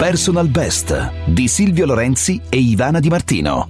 Personal Best di Silvio Lorenzi e Ivana Di Martino.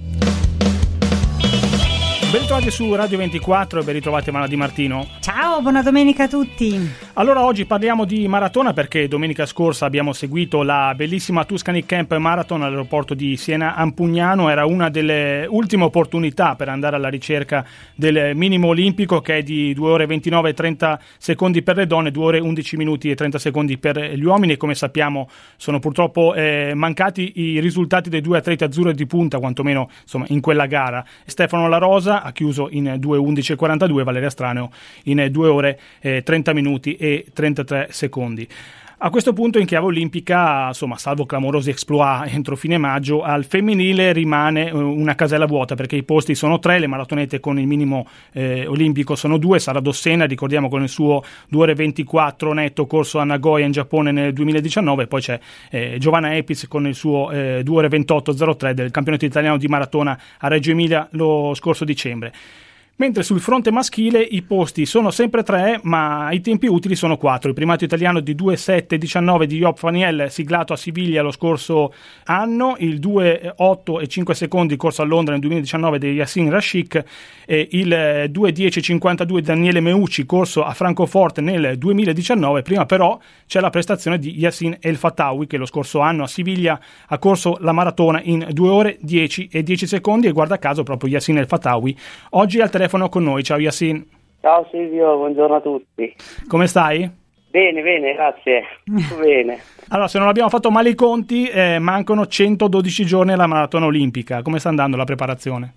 Ben ritrovati su Radio 24 e ben ritrovati Ivana Di Martino. Ciao, buona domenica a tutti. Allora oggi parliamo di maratona perché domenica scorsa abbiamo seguito la bellissima Tuscany Camp Marathon all'aeroporto di Siena Ampugnano. Era una delle ultime opportunità per andare alla ricerca del minimo olimpico, che è di 2 ore 29 e 30 secondi per le donne, 2 ore 11 minuti e 30 secondi per gli uomini, e come sappiamo sono purtroppo mancati i risultati dei due atleti azzurri di punta, quantomeno insomma in quella gara. Stefano La Rosa ha chiuso in 2:11:42, Valeria Straneo in 2 ore 30 minuti e 33 secondi. A questo punto in chiave olimpica, insomma, salvo clamorosi exploit entro fine maggio, al femminile rimane una casella vuota, perché i posti sono 3, le maratonete con il minimo olimpico sono 2, Sara Dossena, ricordiamo, con il suo 2 ore 24 netto corso a Nagoya in Giappone nel 2019, poi c'è Giovanna Epis con il suo 2 ore 28:03 del campionato italiano di maratona a Reggio Emilia lo scorso dicembre. Mentre sul fronte maschile i posti sono sempre 3, ma i tempi utili sono 4. Il primato italiano di 2:7:19 di Joop van Niel, siglato a Siviglia lo scorso anno, il 2:8:05 secondi corso a Londra nel 2019 di Yassin Rashik, e il 2:10:52 di Daniele Meucci, corso a Francoforte nel 2019. Prima però c'è la prestazione di Yassin El Fatawi, che lo scorso anno a Siviglia ha corso la maratona in 2 ore 10 e 10 secondi, e guarda caso proprio Yassin El Fatawi oggi al telefono con noi. Ciao Yassin. Ciao Silvio, buongiorno a tutti. Come stai? Bene, grazie. Tutto bene. Allora, se non abbiamo fatto male i conti, mancano 112 giorni alla maratona olimpica. Come sta andando la preparazione?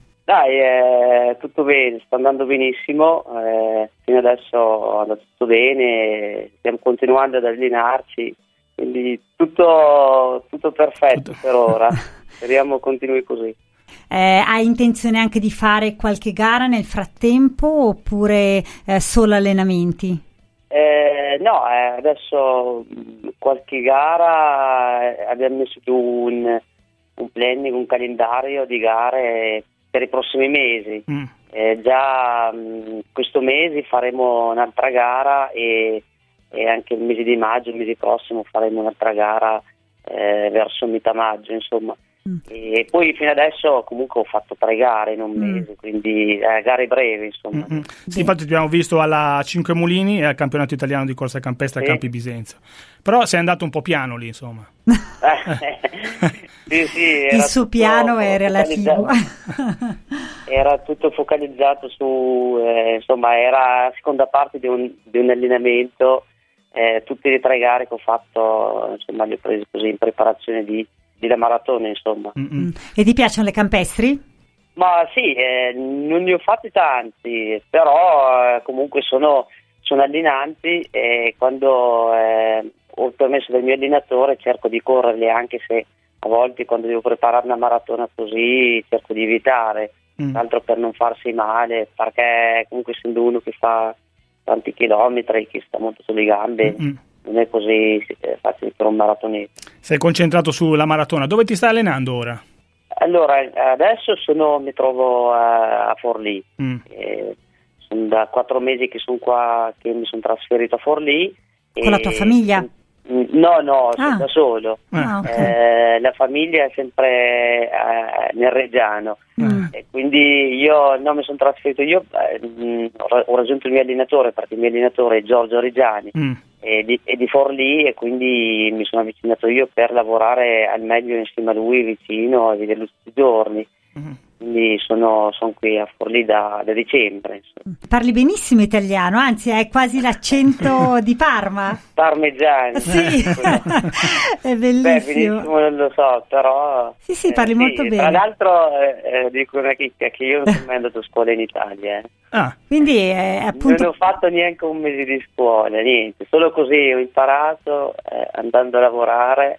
Dai, tutto bene, sta andando benissimo. Fino adesso è andato tutto bene, stiamo continuando ad allenarci, quindi tutto perfetto per ora. Speriamo continui così. Hai intenzione anche di fare qualche gara nel frattempo oppure solo allenamenti? No, adesso qualche gara abbiamo messo giù un planning, un calendario di gare per i prossimi mesi. Già questo mese faremo un'altra gara e anche il mese di maggio, il mese prossimo faremo un'altra gara verso metà maggio, insomma. E poi fino adesso comunque ho fatto 3 gare in un mese, quindi gare brevi, insomma. Sì, infatti ti abbiamo visto alla Cinque Mulini e al campionato italiano di corsa campestre a Campi Bisenzio, però sei andato un po' piano lì, insomma. Sì, il suo piano è relativo. Era tutto focalizzato su insomma, era la seconda parte di un allenamento. Tutte le 3 gare che ho fatto, insomma, le ho prese così in preparazione della maratona, insomma. E ti piacciono le campestri? Ma sì, non ne ho fatti tanti, però comunque sono allenanti, e quando ho il permesso del mio allenatore cerco di correrle, anche se a volte quando devo preparare una maratona così cerco di evitare, tanto per non farsi male, perché comunque essendo uno che fa tanti chilometri, che sta molto sulle gambe, non è così facile per un maratoneta. Sei concentrato sulla maratona. Dove ti stai allenando ora? Allora, adesso mi trovo a Forlì. Sono da 4 mesi che sono qua, che mi sono trasferito a Forlì. Con la tua famiglia? No, sono da solo. Okay. La famiglia è sempre nel Reggiano. E quindi io mi sono trasferito. Io ho raggiunto il mio allenatore, perché il mio allenatore è Giorgio Reggiani. E di Forlì, e quindi mi sono avvicinato io per lavorare al meglio insieme a lui, vicino, e vederlo tutti i giorni. Quindi sono qui a Forlì da dicembre, insomma. Parli benissimo italiano, anzi hai quasi l'accento di Parma. Parmigiano. Sì, è bellissimo. Benissimo non lo so, però... Sì, parli molto bene. Tra l'altro dico una chicca, che io non sono mai andato a scuola in Italia. Quindi appunto... Non ho fatto neanche un mese di scuola, niente. Solo così ho imparato andando a lavorare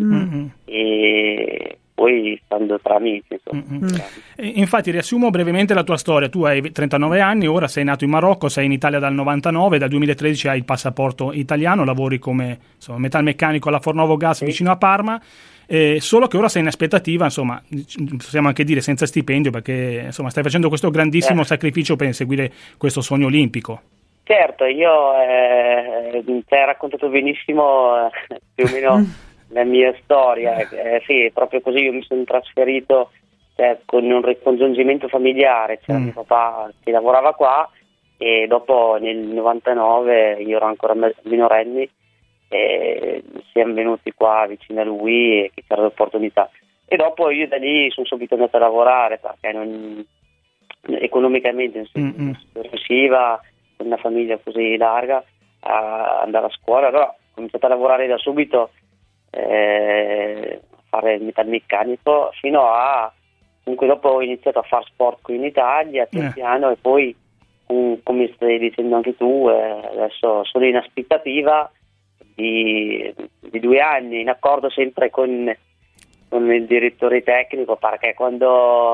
e... poi stando tra amici, insomma. Infatti riassumo brevemente la tua storia. Tu hai 39 anni, ora sei nato in Marocco, sei in Italia dal 99, dal 2013 hai il passaporto italiano, lavori come metalmeccanico alla Fornovo Gas vicino a Parma, solo che ora sei in aspettativa, insomma, possiamo anche dire senza stipendio, perché insomma stai facendo questo grandissimo sacrificio per inseguire questo sogno olimpico. Certo, io ti hai raccontato benissimo più o meno la mia storia, sì, proprio così. Io mi sono trasferito con un ricongiungimento familiare, c'era mio papà che lavorava qua, e dopo nel 99 io ero ancora minorenni, e siamo venuti qua vicino a lui e che c'era l'opportunità, e dopo io da lì sono subito andato a lavorare perché economicamente non si riusciva con una famiglia così larga a andare a scuola. Allora ho cominciato a lavorare da subito, a fare il metalmeccanico, fino a, comunque dopo ho iniziato a fare sport qui in Italia pian piano, e poi come stai dicendo anche tu, adesso sono in aspettativa di 2 anni, in accordo sempre con il direttore tecnico, perché quando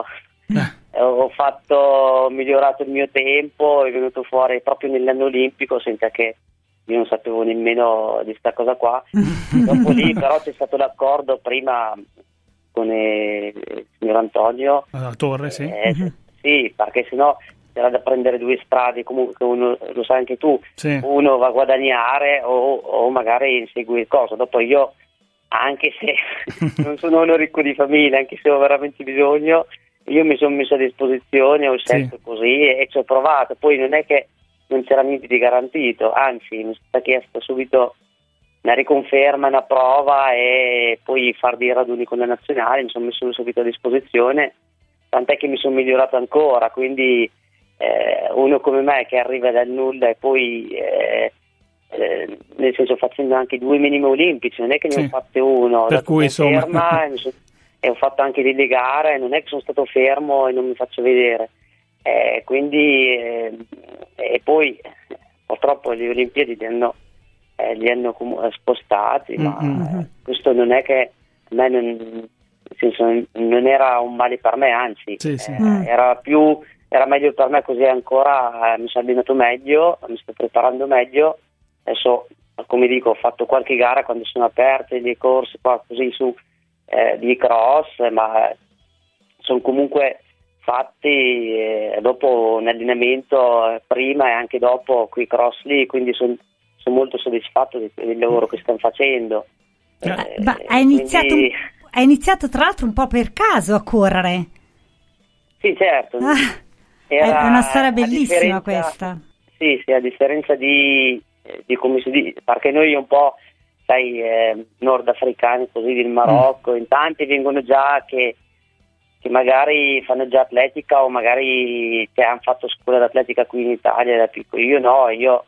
ho migliorato il mio tempo, è venuto fuori proprio nell'anno olimpico, senza che io non sapevo nemmeno di sta cosa qua. Dopo lì però c'è stato l'accordo prima con il signor Antonio Torre, sì. Sì, perché sennò c'era da prendere 2 strade, comunque uno, lo sai anche tu, sì. Uno va a guadagnare o magari insegue il coso. Dopo io, anche se non sono uno ricco di famiglia, anche se ho veramente bisogno, io mi sono messo a disposizione, ho scelto così e ci ho provato. Poi non è che non c'era niente di garantito, anzi mi è stata chiesta subito una riconferma, una prova, e poi far dei raduni con la nazionale, mi sono messo subito a disposizione, tant'è che mi sono migliorato ancora. Quindi uno come me che arriva dal nulla e poi nel senso facendo anche 2 minimi olimpici, non è che ne ho fatte uno, per cui insomma ferma, e ho fatto anche delle gare, non è che sono stato fermo e non mi faccio vedere, quindi e poi purtroppo le Olimpiadi li hanno spostati, ma questo non è che a me nel senso, non era un male per me, anzi era meglio per me, così ancora mi sono allenato meglio, mi sto preparando meglio. Adesso, come dico, ho fatto qualche gara quando sono aperte le corse qua così su di cross, ma sono comunque fatti dopo un allenamento prima e anche dopo quei cross lì, quindi sono molto soddisfatto del lavoro che stanno facendo. Ma hai iniziato tra l'altro un po' per caso a correre? Sì, certo. È una storia bellissima questa. Sì, a differenza di come si dice, perché noi un po', sai, nordafricani così del Marocco, in tanti vengono già che magari fanno già atletica, o magari hanno fatto scuola d'atletica qui in Italia da piccolo. Io no, io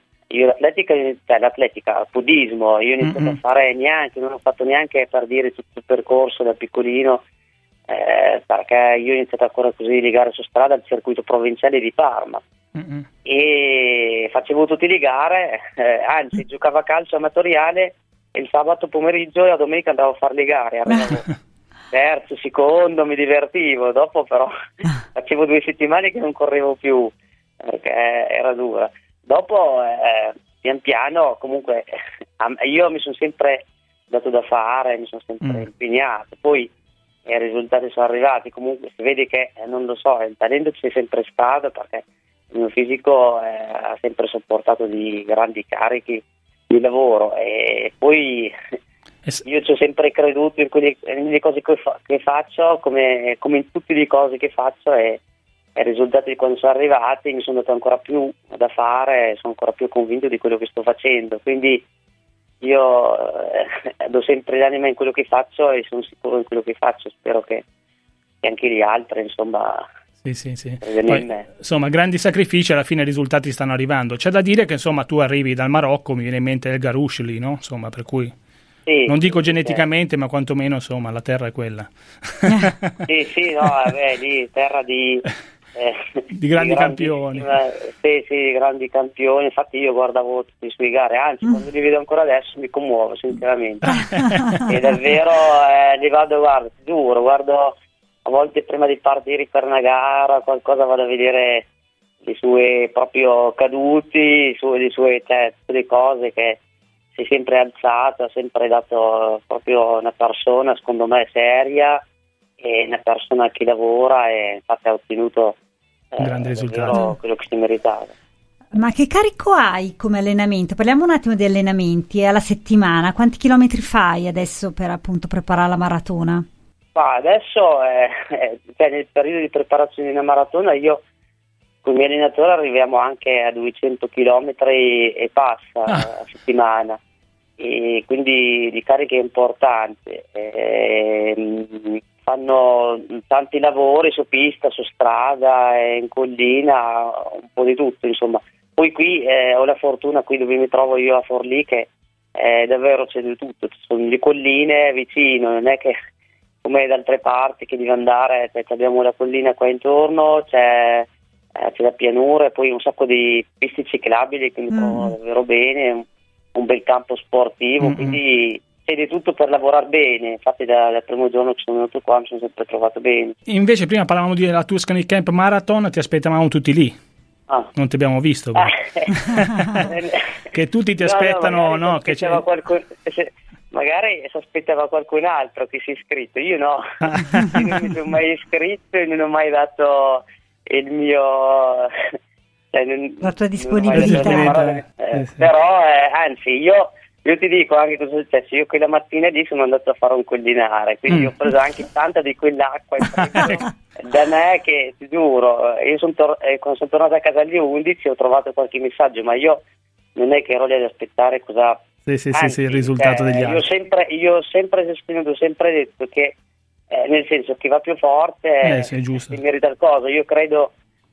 l'atletica, podismo, io ho iniziato a fare non ho fatto neanche, per dire, tutto il percorso da piccolino, perché io ho iniziato a correre così le gare su strada al circuito provinciale di Parma, e facevo tutte le gare, anzi giocavo a calcio amatoriale il sabato pomeriggio, e la domenica andavo a fare le gare, arrivavo terzo, secondo, mi divertivo. Dopo però facevo 2 settimane che non correvo più perché era dura. Dopo pian piano comunque io mi sono sempre dato da fare, mi sono sempre impegnato, poi i risultati sono arrivati. Comunque si vede che, non lo so, il talento c'è sempre stato, perché il mio fisico ha sempre sopportato di grandi carichi di lavoro, e poi io ci ho sempre creduto nelle cose che faccio, come in tutte le cose che faccio, e i risultati quando sono arrivati mi sono dato ancora più da fare, sono ancora più convinto di quello che sto facendo. Quindi io do sempre l'anima in quello che faccio e sono sicuro in quello che faccio. Spero che anche gli altri, insomma. Sì. Poi, insomma, grandi sacrifici, alla fine i risultati stanno arrivando. C'è da dire che, insomma, tu arrivi dal Marocco, mi viene in mente El Garouche lì, no? Insomma, per cui non dico geneticamente, ma quantomeno, insomma, la terra è quella. Sì, no, lì terra di grandi campioni. Sì, grandi campioni. Infatti io guardavo tutte le sue gare, anzi quando li vedo ancora adesso mi commuovo sinceramente. E davvero li guardo, ti giuro, guardo a volte prima di partire per una gara, qualcosa, vado a vedere le sue proprio caduti, le sue tutte le cose che si è sempre alzato, ha sempre dato proprio una persona, secondo me, seria, e una persona che lavora, e infatti ha ottenuto un grande risultato, quello che si meritava. Ma che carico hai come allenamento? Parliamo un attimo di allenamenti alla settimana. Quanti chilometri fai adesso per appunto preparare la maratona? Adesso nel periodo di preparazione di una maratona io con i miei allenatori arriviamo anche a 200 chilometri e passa a settimana, e quindi di cariche importanti. Fanno tanti lavori su pista, su strada, in collina, un po' di tutto insomma. Poi qui ho la fortuna, qui dove mi trovo io a Forlì, che davvero c'è di tutto, ci sono le colline vicino, non è che come da altre parti che devi andare, abbiamo la collina qua intorno, c'è la pianura e poi un sacco di piste ciclabili che mi trovo davvero bene, un bel campo sportivo, quindi c'è di tutto per lavorare bene. Infatti dal primo giorno che sono venuto qua mi sono sempre trovato bene. Invece prima parlavamo della Tuscany Camp Marathon, ti aspettavamo tutti lì. Non ti abbiamo visto. Che tutti ti aspettano, no? Che c'è magari si aspettava qualcun altro che si è iscritto, io no. Io non mi sono mai iscritto e non ho mai dato il mio la tua disponibilità. Però anzi io ti dico anche cosa è successo. Io quella mattina lì sono andato a fare un collinare, quindi ho preso anche tanta di quell'acqua da me, che ti giuro, io quando sono tornato a casa alle 11 ho trovato qualche messaggio, ma io non è che ero lì ad aspettare cosa. Sì, il risultato degli altri. Io ho sempre detto che nel senso che va più forte è giusto. Si merita il coso. Io credo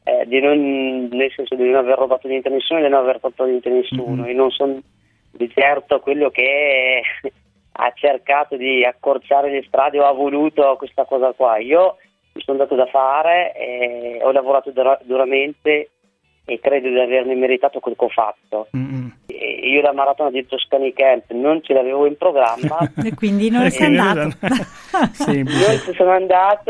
nel senso di non aver rubato niente a nessuno e di non aver fatto niente a nessuno. E non sono di certo quello che ha cercato di accorciare le strade o ha voluto questa cosa qua. Io mi sono dato da fare, ho lavorato duramente e credo di avermi meritato quel che ho fatto. Io la maratona di Tuscany Camp non ce l'avevo in programma e quindi non sei andato. Non ci sono andato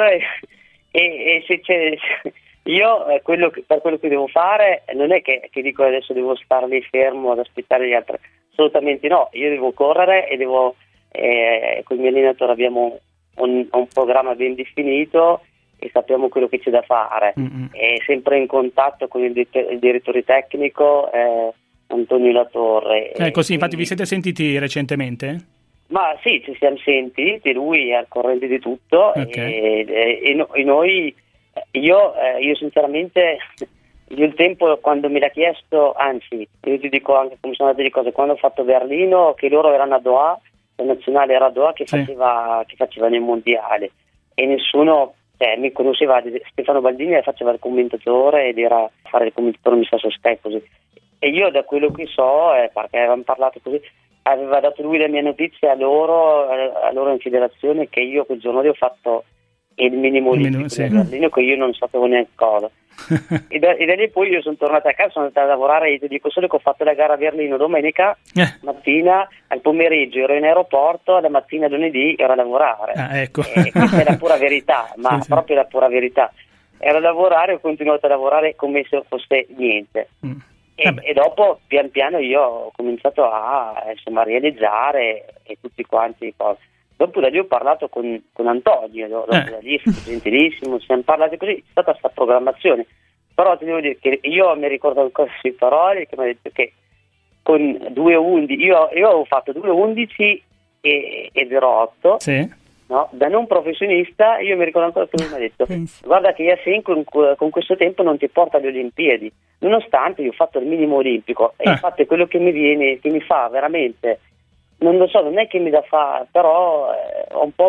e se c'è, io per quello che devo fare non è che dico adesso devo stare lì fermo ad aspettare gli altri, assolutamente no. Io devo correre e devo con i miei allenatori abbiamo un programma ben definito e sappiamo quello che c'è da fare. È sempre in contatto con il direttore tecnico Antonio Latorre. Così, infatti vi siete sentiti recentemente? Ma sì, ci siamo sentiti, lui è al corrente di tutto. E noi, io sinceramente, io il tempo quando me l'ha chiesto, anzi, io ti dico anche come sono andate le cose, quando ho fatto Berlino, che loro erano a Doha, la nazionale era a Doha che faceva nel mondiale, e nessuno mi conosceva. Stefano Baldini faceva il commentatore ed era a fare il commentatore, mi sa, su Sky, così. E io da quello che so, perché avevamo parlato così, aveva dato lui le mie notizie a loro in federazione, che io quel giorno lì ho fatto il minimo olimpico di Berlino, che io non sapevo neanche cosa. e da lì poi io sono tornato a casa, sono andato a lavorare, e ti dico solo che ho fatto la gara a Berlino domenica mattina, al pomeriggio ero in aeroporto, alla mattina lunedì ero a lavorare. Ecco. E questa è la pura verità, ma proprio la pura verità. Ero a lavorare, ho continuato a lavorare come se fosse niente. E dopo pian piano io ho cominciato a realizzare e tutti quanti cose. Dopo da lì ho parlato con Antonio, dopo da lì gentilissimo, siamo parlati così, è stata questa programmazione. Però ti devo dire che io mi ricordo ancora queste parole che mi ha detto che con 2:11 io avevo fatto 2:11 e 08. No? Da non professionista, io mi ricordo ancora che lui mi ha detto guarda che Yassin con questo tempo non ti porta alle Olimpiadi, nonostante io ho fatto il minimo olimpico e infatti è quello che mi fa veramente, non lo so, non è che mi da fare, però un po'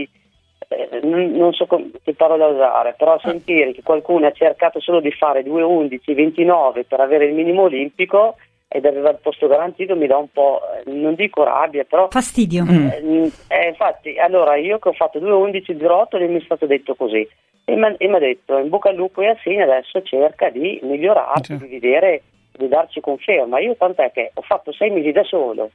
non so che parola usare, però sentire che qualcuno ha cercato solo di fare 2:11, 29 per avere il minimo olimpico ed aveva il posto garantito, mi dà un po', non dico rabbia, però fastidio. Infatti, allora io che ho fatto 2:11.08 e mi è stato detto così e mi ha detto in bocca al lupo e Yassin adesso cerca di migliorarsi, di vedere, di darci conferma. Io tant'è che ho fatto 6 mesi da solo,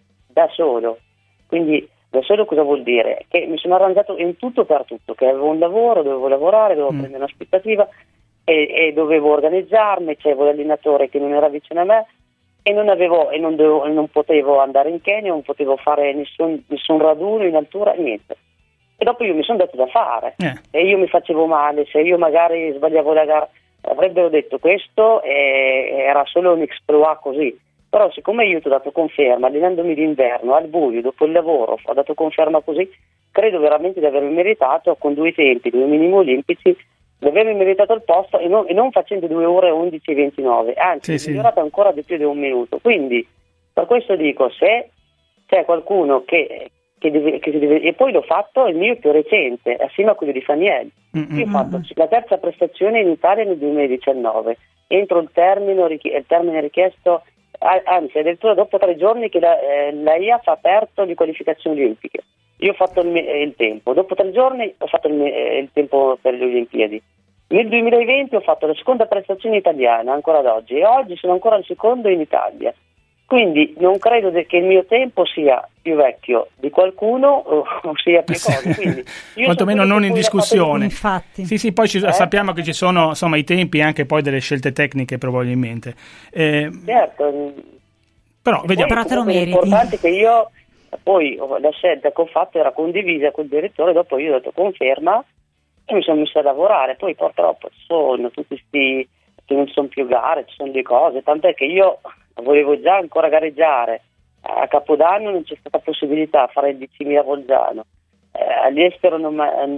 quindi da solo cosa vuol dire? Che mi sono arrangiato in tutto per tutto, che avevo un lavoro, dovevo lavorare, dovevo prendere un'aspettativa e dovevo organizzarmi, c'avevo l'allenatore che non era vicino a me e non potevo andare in Kenya, non potevo fare nessun raduno in altura, niente. E dopo io mi sono dato da fare e io mi facevo male, se io magari sbagliavo la gara avrebbero detto questo era solo un exploit così, però siccome io ti ho dato conferma allenandomi d'inverno al buio dopo il lavoro, ho dato conferma così, credo veramente di avermi meritato con 2 tempi, 2 minimi olimpici, di avermi meritato il posto e non facendo 2 ore 11 e 29, anzi è migliorato ancora di più di 1 minuto. Quindi per questo dico, se c'è qualcuno che deve, e poi l'ho fatto il mio più recente, assieme a quello di Fanielli. Io ho fatto la terza prestazione in Italia nel 2019, entro il termine richiesto, anzi addirittura dopo 3 giorni che la IAF ha aperto le qualificazioni olimpiche. Io ho fatto il tempo, dopo 3 giorni ho fatto il tempo per le Olimpiadi. Nel 2020 ho fatto la seconda prestazione italiana ancora ad oggi, e oggi sono ancora al secondo in Italia. Quindi non credo che il mio tempo sia più vecchio di qualcuno o sia più cosa. Quindi quantomeno non in discussione. Infatti. Sì, poi sappiamo che ci sono insomma i tempi e anche poi delle scelte tecniche probabilmente. Certo. Però vediamo. Però te lo meriti. L'importante è che io poi la scelta che ho fatto era condivisa col direttore, dopo io ho dato conferma e mi sono messo a lavorare. Poi purtroppo ci sono tutti questi che non sono più gare, ci sono le cose, tant'è che io volevo già ancora gareggiare, a Capodanno non c'è stata possibilità di fare il 10.000 Bolzano, all'estero non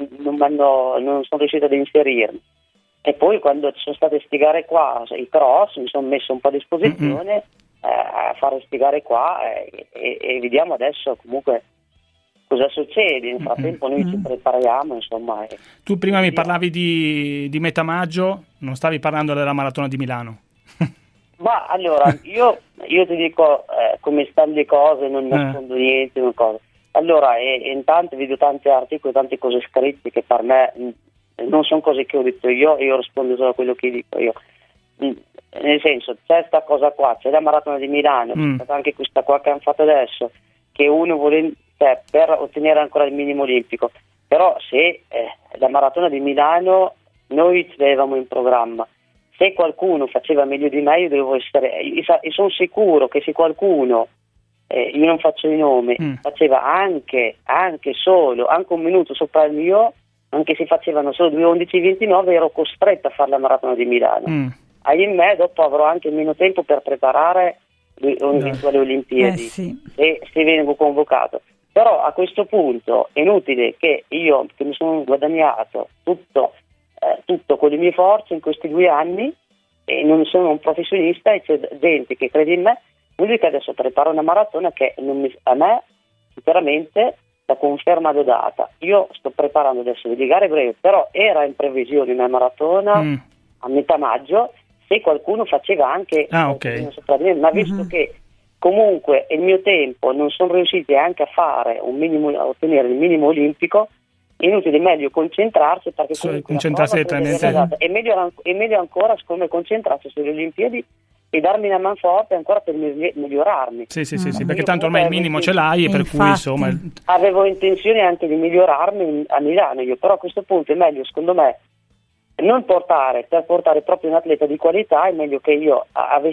sono riuscito ad inserirmi, e poi quando ci sono state sti gare qua, i cross, mi sono messo un po' a disposizione a fare sti gare qua e vediamo adesso comunque cosa succede. Nel frattempo noi ci prepariamo, insomma. Tu prima mi parlavi di metà maggio, non stavi parlando della maratona di Milano? Ma allora, io ti dico come stanno le cose, non nascondo niente, non cosa. Allora, intanto vedo tanti articoli, tante cose scritte che per me non sono cose che ho detto io rispondo solo a quello che dico io. Nel senso, c'è sta cosa qua, c'è la maratona di Milano, c'è anche questa qua che hanno fatto adesso, che uno vuole per ottenere ancora il minimo olimpico. Però se la maratona di Milano noi ce l'avevamo in programma, se qualcuno faceva meglio di me io devo essere, e sono sicuro che se qualcuno, io non faccio i nomi, faceva anche un minuto sopra il mio, anche se facevano solo 2:11:29, ero costretta a fare la maratona di Milano. Ahimè dopo avrò anche meno tempo per preparare eventuali Olimpiadi se vengo convocato. Però a questo punto è inutile che io, che mi sono guadagnato tutto con le mie forze in questi 2 anni, e non sono un professionista e c'è gente che crede in me, vuol dire che adesso preparo una maratona che a me sinceramente la conferma l'ho data. Io sto preparando adesso delle gare breve, però era in previsione una maratona a metà maggio se qualcuno faceva anche ma visto che comunque il mio tempo non sono riusciti anche a fare a ottenere il minimo olimpico, è inutile, meglio concentrarsi, perché è meglio ancora siccome concentrarsi sulle Olimpiadi e darmi una man forte ancora per migliorarmi. Sì, perché tanto ormai il minimo ce l'hai, e per cui insomma avevo intenzione anche di migliorarmi a Milano io, però a questo punto è meglio secondo me non per portare proprio un atleta di qualità è meglio che io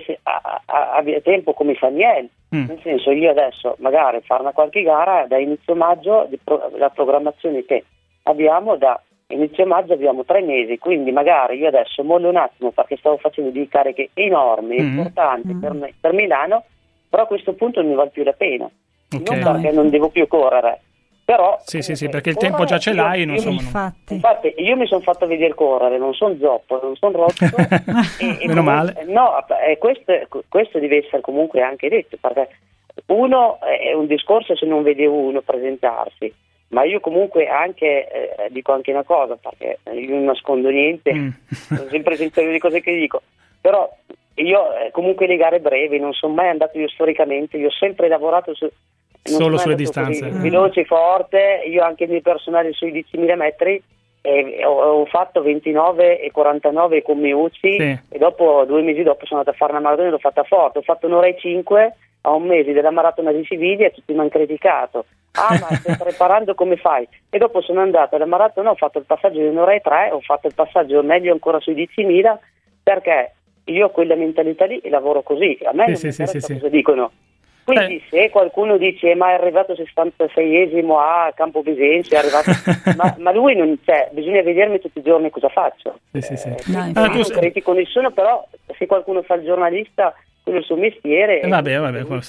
abbia tempo come Fanielli, nel senso io adesso magari fare una qualche gara da inizio maggio, la programmazione che abbiamo da inizio maggio abbiamo 3 mesi, quindi magari io adesso mollo un attimo perché stavo facendo delle cariche enormi, importanti per Milano, però a questo punto non mi vale più la pena, non perché non devo più correre. Però sì, perché il tempo già ce l'hai. Infatti io mi sono fatto vedere correre, non sono zoppo, non sono rotto. Meno male. No, questo deve essere comunque anche detto, perché uno è un discorso se non vede uno presentarsi, ma io comunque anche dico anche una cosa, perché io non nascondo niente, sono sempre sincero di cose che dico, però io comunque le gare brevi non sono mai andato io storicamente, io ho sempre lavorato solo sulle distanze veloce, forte. Io anche nel personale sui 10.000 metri ho fatto 29 e 49 con Miucci e dopo 2 mesi dopo sono andata a fare una maratona e l'ho fatta forte, ho fatto 1 ora e 5 a 1 mese della maratona di Siviglia e tutti mi hanno criticato, ma stai preparando, come fai? E dopo sono andata alla maratona, ho fatto il passaggio di 1 ora e 3, ho fatto il passaggio meglio ancora sui 10.000, perché io ho quella mentalità lì e lavoro così, a me non mi interessa cosa dicono. Quindi se qualcuno dice ma è arrivato 66esimo a Campobisense, è arrivato ma lui non c'è, bisogna vedermi tutti i giorni cosa faccio. Sì. Non critico nessuno, però se qualcuno fa il giornalista, quello è il suo mestiere. Vabbè,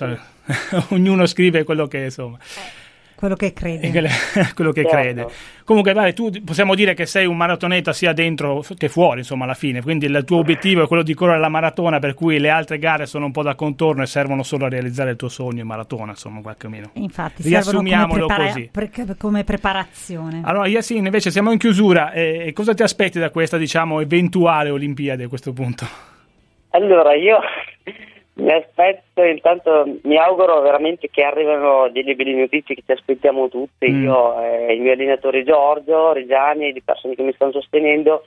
ognuno scrive quello che insomma. Quello che crede. Quello che crede. Comunque, tu possiamo dire che sei un maratoneta sia dentro che fuori, insomma, alla fine. Quindi il tuo obiettivo è quello di correre la maratona, per cui le altre gare sono un po' da contorno e servono solo a realizzare il tuo sogno in maratona, insomma, qualche meno. Infatti, riassumiamolo così. Come preparazione. Allora, Yasin, invece siamo in chiusura. Cosa ti aspetti da questa, diciamo, eventuale Olimpiade a questo punto? Allora, io mi aspetto, intanto mi auguro veramente che arrivino delle belle notizie che ci aspettiamo tutti, io e il mio allenatore Giorgio Reggiani, di persone che mi stanno sostenendo,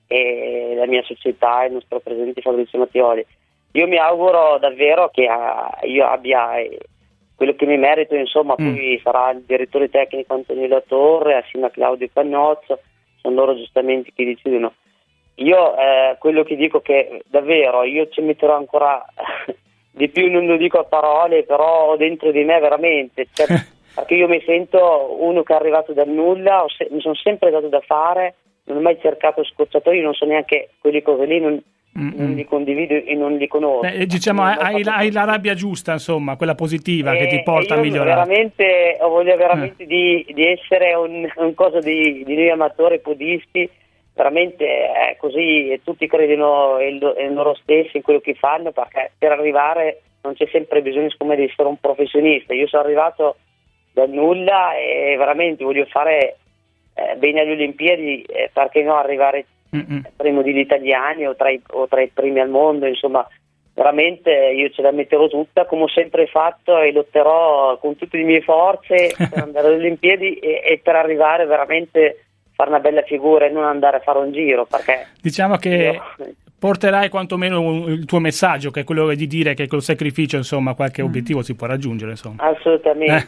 e la mia società, il nostro presidente Fabrizio Mattioli. Io mi auguro davvero che io abbia quello che mi merito, insomma, poi sarà il direttore tecnico Antonio Latorre assieme a Claudio Pannozzo, sono loro giustamente che decidono. Io quello che dico che davvero io ci metterò ancora di più, non lo dico a parole, però dentro di me veramente, perché io mi sento uno che è arrivato dal nulla, mi sono sempre dato da fare, non ho mai cercato scocciatoie, non so neanche quelle cose lì, non li condivido e non li conosco. Diciamo hai la rabbia giusta, insomma, quella positiva che ti porta a migliorare. Ho voglia veramente di essere un coso di noi amatori podisti. Veramente è così, e tutti credono in loro stessi, in quello che fanno, perché per arrivare non c'è sempre bisogno, secondo me, di essere un professionista. Io sono arrivato dal nulla e veramente voglio fare bene alle Olimpiadi, perché no, arrivare primo degli italiani o tra i primi al mondo, insomma, veramente io ce la metterò tutta come ho sempre fatto e lotterò con tutte le mie forze per andare alle Olimpiadi e per arrivare veramente fare una bella figura e non andare a fare un giro, perché diciamo che porterai quantomeno il tuo messaggio, che è quello di dire che col sacrificio, insomma, qualche obiettivo si può raggiungere, insomma. Assolutamente.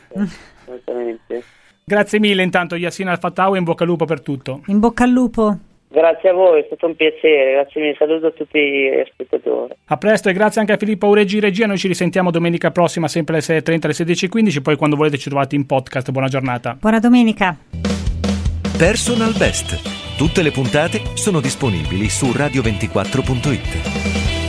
Grazie mille intanto Yasin Al-Fattawi, in bocca al lupo per tutto. In bocca al lupo. Grazie a voi, è stato un piacere, grazie mille, saluto a tutti gli spettatori. A presto e grazie anche a Filippo Aureggi regia, noi ci risentiamo domenica prossima sempre alle 6:30, alle 16:15, poi quando volete ci trovate in podcast. Buona giornata. Buona domenica. Personal Best. Tutte le puntate sono disponibili su radio24.it.